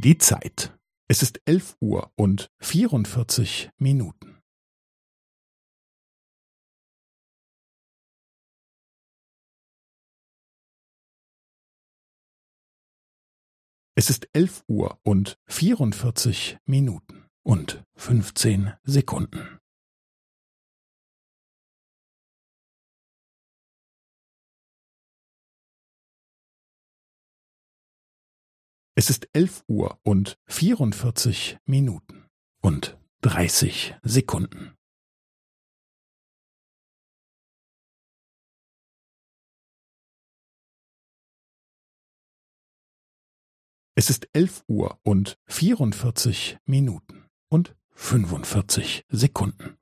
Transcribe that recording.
Die Zeit. Es ist 11:44. Es ist 11:44 und 15 Sekunden. Es ist 11:44 und 30 Sekunden. Es ist 11:44 und 45 Sekunden.